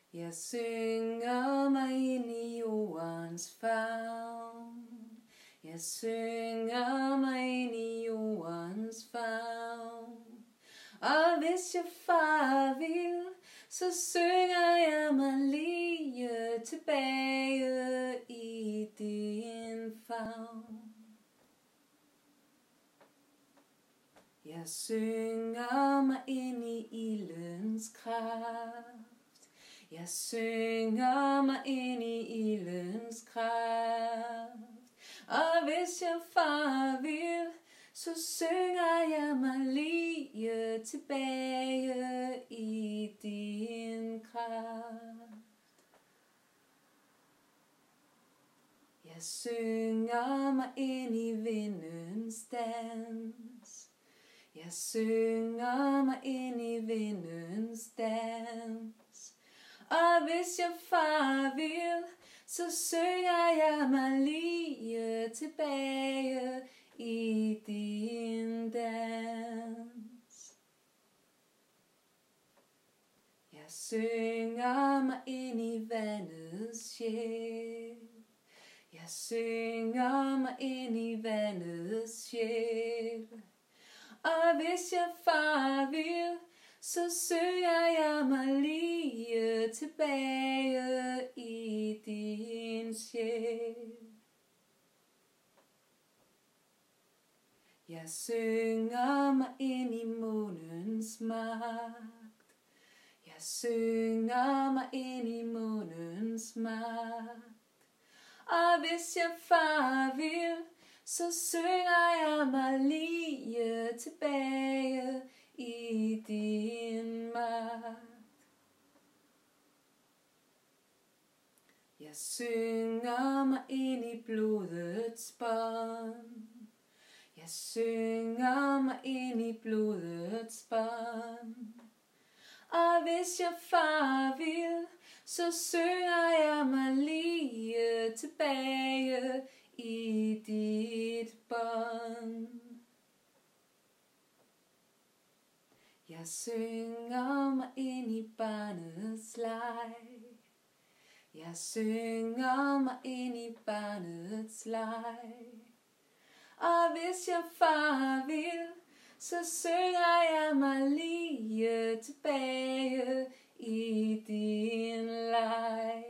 Jeg synger mig ind i jordens favn. Jeg synger mig ind i jordens favn. Og hvis jeg far vil, så synger jeg mig lige tilbage i din favn. Jeg synger mig ind i ildens kraft. Jeg synger mig ind i ildens kraft. Og hvis jeg far vil, så synger jeg mig lige tilbage i din kraft. Jeg synger mig ind i vindens dans. Jeg synger mig ind i vindens dans. Og hvis jeg far vil, så synger jeg mig lige tilbage i din dans. Jeg synger mig ind i vandets sjæl. Jeg synger mig ind i vandets sjæl. Og hvis jeg far vil, så synger jeg mig lige tilbage i din sjæl. Jeg synger mig ind i månens magt. Jeg synger mig ind i månens magt. Og hvis jeg far vil, så synger jeg mig lige tilbage i din magt. Jeg synger mig ind i blodets bånd. Jeg synger mig ind i blodets bånd. Og hvis jeg far vil, så synger jeg mig lige tilbage i dit bånd. Jeg synger mig ind i barnets leg. Jeg synger mig ind i barnets leg. Og hvis jeg far vil, så synger jeg mig lige tilbage i din leg.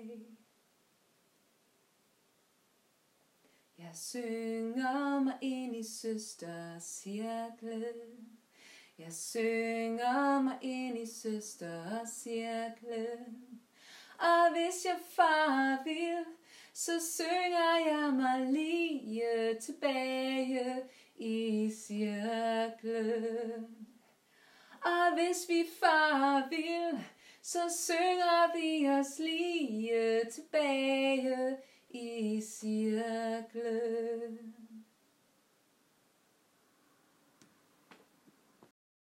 Jeg synger mig ind i søstercirklen. Jeg synger mig ind i søstercirklen. Og hvis jeg far vil, så synger jeg mig lige tilbage i cirklen. Og hvis vi far vil, så synger vi os lige tilbage i cirklen.